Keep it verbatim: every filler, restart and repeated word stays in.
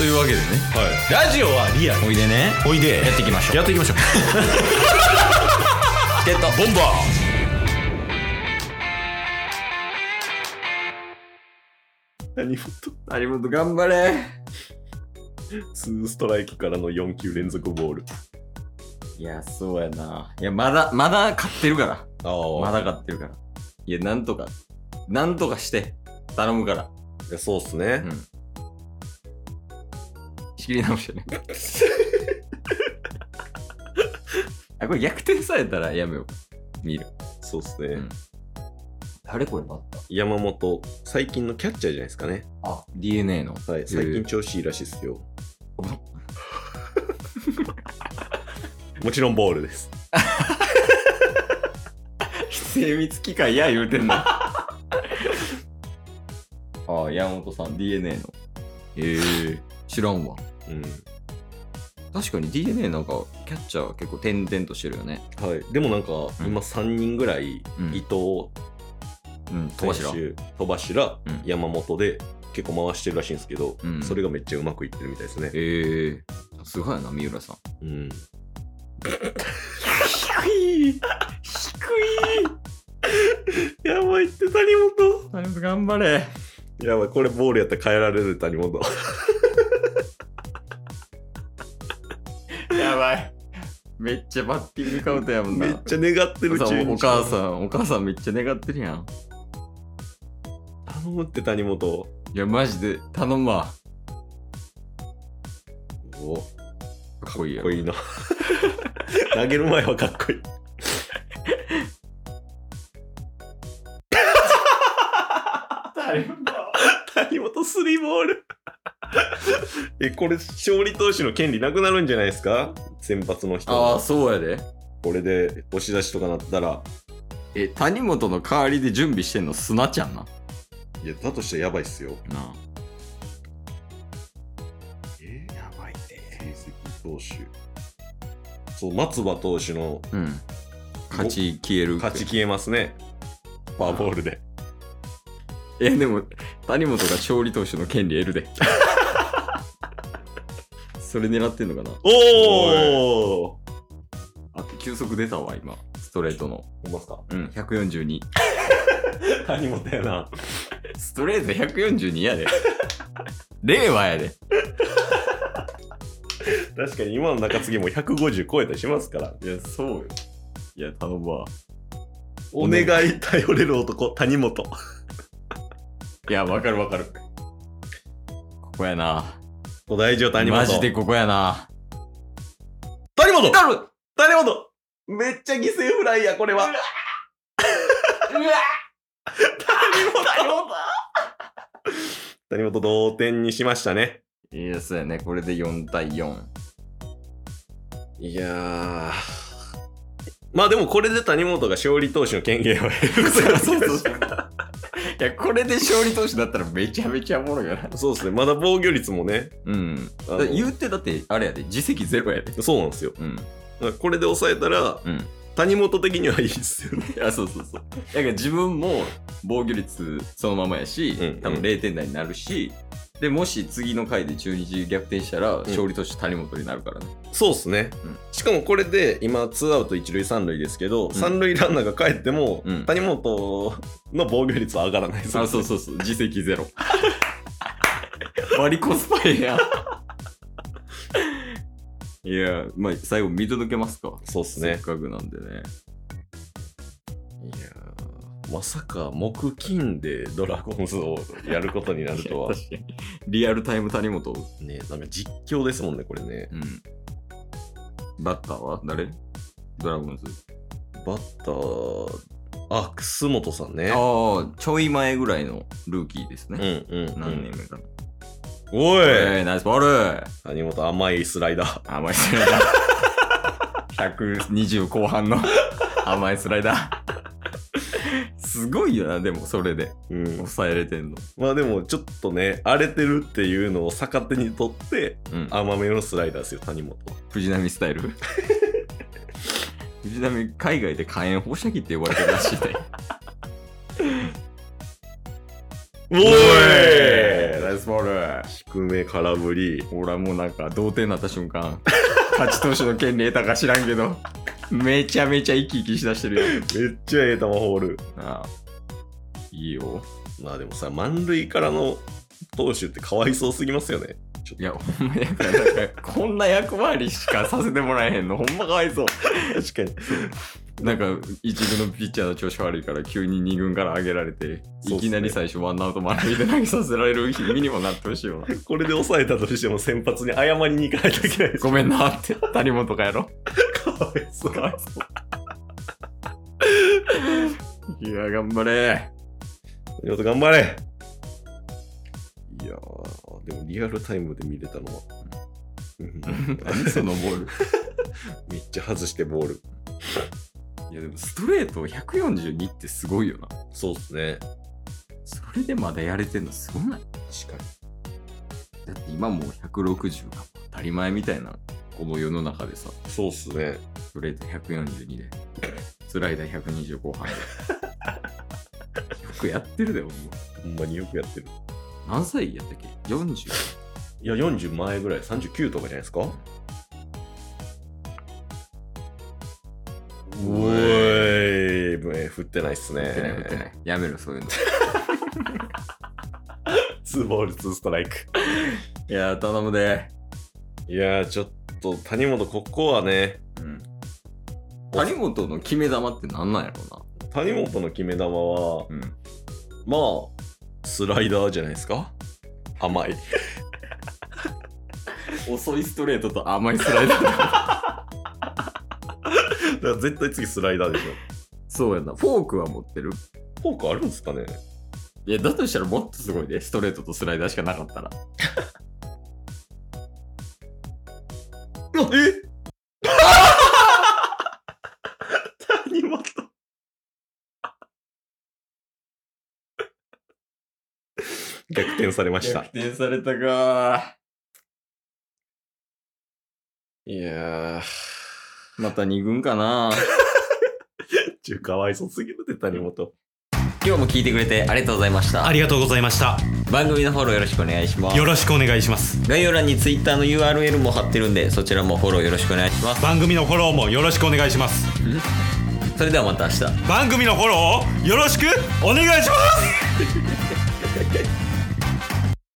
というわけでね、 はい、ラジオはリアル。 おいでね、 おいでやっていきましょう。 やっていきましょうチケットボンバー何事ー。有本頑張れ。 ツーストライクからのよん球連続ボール。 いや、そうやな。いや、まだ、まだ勝ってるから。 あまだ勝ってるから。いや、なんとか、なんとかして、頼むから。 いやそうっすね。 うん。仕切り直してね。あ、これ逆転されたらやめよう。見る。 そうっすね。 うん、誰これバッター山本、最近のキャッチャーじゃないですかね。 あ、ディーエヌエー の。 はい、最近調子いいらしいっすよ。もちろんボールです。 精密機械や言うてんの。ああ、山本さん ディーエヌエー の。ええー、知らんわ。 うん。 確かに ディーエヌエー なんかキャッチャー結構点々としてるよね。 はい。でもなんか、 うん、 今さんにんぐらい、 うん、 伊藤、 うん、戸柱、 戸柱、 うん、 山本で結構回してるらしいんですけど、うん、それがめっちゃうまくいってるみたいですね。 ええー、すごいな、三浦さん。うん。 低い低いやばいって谷本谷本頑張れ。 やばい、これボールやったら変えられる谷本。 やばい、めっちゃバッティングカウントやもんな。 めっちゃ願ってる中お母さんお母さんめっちゃ願ってるやん。 頼むって谷本。 いやマジで頼むわ。 おかっこいいよ。 かっこいいな。投げる前はかっこいい。谷本谷本スリーボール。え、これ勝利投手の権利なくなるんじゃないですか、先発の人。 ああ、そうやで。 これで押し出しとかなったら。 え、谷本の代わりで準備してんの砂ちゃんな。 いや、だとしたらやばいっすよ。なあ。 えー、やばいね。 成績投手。そう、松葉投手の、 うん、勝ち消える。 勝ち消えますね。フォアボールで。 え、でも、谷本が勝利投手の権利得るで。それ狙ってんのかな。 おお。 あと球速出たわ、今。ストレートの。 ほんまっすか。 うん、ひゃくよんじゅうに。 谷本やな。 ストレートひゃくよんじゅうにやで。令和やで。 確かに今の中継ぎもひゃくごじゅう超えたりしますから。 いや、そうよ。いや、頼むわ。 お願い頼れる男、谷本。 いや、わかるわかる。ここやな。 お大丈夫、谷本。 マジでここやな。 谷本頼む谷本めっちゃ犠牲フライや、これは。うわうわ谷本谷本谷本同点にしましたね。 いや、そうやね。これでよんたいよん。 いやー。まあでもこれで谷本が勝利投手の権限を得ることがそうそうそう。 いや、これで勝利投手だったらめちゃめちゃおもろいよな。 そうですね。まだ防御率もね。 うん。だ言うてだって、あれやで、自責ゼロやで。 そうなんですよ。うん。だからこれで抑えたら、うん、谷本的にはいいっすよね。 いや、そうそうそう。だから自分も防御率そのままやし、うんうん、多分れいてん台になるし、で、もし次の回で中日逆転したら、勝利投手谷本になるからね。 そうっすね。うん、しかもこれで、今、ツーアウト一塁三塁ですけど、うん、三塁ランナーが帰っても、うん、谷本の防御率は上がらないです、ね。 あ、そうそうそう。自責ゼロ。バリコスパイやん。いや、まあ、最後見届けますか。 そうっすね。 せっかくなんでね。 いやまさか木金でドラゴンズをやることになるとは。 確かに。リアルタイム谷本。 ねえ、なんか実況ですもんね、これね。うん。 バッターは誰？ドラゴンズ。 バッター、あ、楠本さんね。 ああ、ちょい前ぐらいのルーキーですね。うんうん、うん。何年目かな。 おい、 えー、ナイスボール。 谷本甘いスライダー。 甘いスライダー。ひゃくにじゅう後半の甘いスライダー。すごいよな、でもそれで、うん、抑えれてんの。 まあでもちょっとね、荒れてるっていうのを逆手にとって、うん、甘めのスライダーですよ、谷本。 藤波スタイル。藤波、海外で火炎放射器って呼ばれてるらしいね。おーい、ナイスボール。 低め空振り。 俺はもうなんか同点になった瞬間勝ち投手の権利得たか知らんけどめちゃめちゃ生き生きしだしてるよ。 めっちゃええ球ホール。 ああいいよ。 まあでもさ、満塁からの投手ってかわいそうすぎますよね。 いやほんまやからなんかこんな役回りしかさせてもらえへんのほんまかわいそう。 確かに。 なんか一軍のピッチャーの調子悪いから急に二軍から上げられて、いきなり最初ワンアウト満塁で投げさせられる日にもなってほしいわ。 これで抑えたとしても先発に謝りに行かないといけないです。 ごめんなって谷本かやろ。 かわいそう。 かわいそう。いや頑張れ。 谷本頑張れ。いやーでもリアルタイムで見れたのは、うん、 何そのボール。 めっちゃ外してボール。 いやでもストレートひゃくよんじゅうにってすごいよな。 そうっすね。 それでまだやれてんのすごない？ 確かに。だって今もうひゃくろくじゅうが当たり前みたいなこの世の中でさ。 そうっすね。 ストレートひゃくよんじゅうにでスライダーひゃくにじゅう後半でよくやってるでほんま。 ほんまによくやってる。 何歳やったっけ？ よんじゅう？ いやよんじゅう前ぐらい、さんじゅうきゅうとかじゃないですか。おーい、えー、振ってないっすね。 振ってない振ってない。やめろそういうの。 ツーボールツーストライク。 いやー頼むで。 いやーちょっと谷本ここはね、 うん、谷本の決め球ってなんなんやろうな。 谷本の決め球は、うん、まあスライダーじゃないですか。甘い。 遅いストレートと甘いスライダー。 だから絶対次スライダーでしょ。 そうやな。フォークは持ってる？ フォークあるんですかね。 いやだとしたらもっとすごいで、ストレートとスライダーしかなかったら。 え谷本逆転されました。 逆転されたか。 いやーまたに軍かな。 ちゅうかわいそうすぎるで谷本。 今日も聞いてくれてありがとうございました。 ありがとうございました。 番組のフォローよろしくお願いします。 よろしくお願いします。 概要欄に Twitter の ユーアールエル も貼ってるんで、そちらもフォローよろしくお願いします。 番組のフォローもよろしくお願いします。 それではまた明日。 番組のフォローをよろしくお願いします。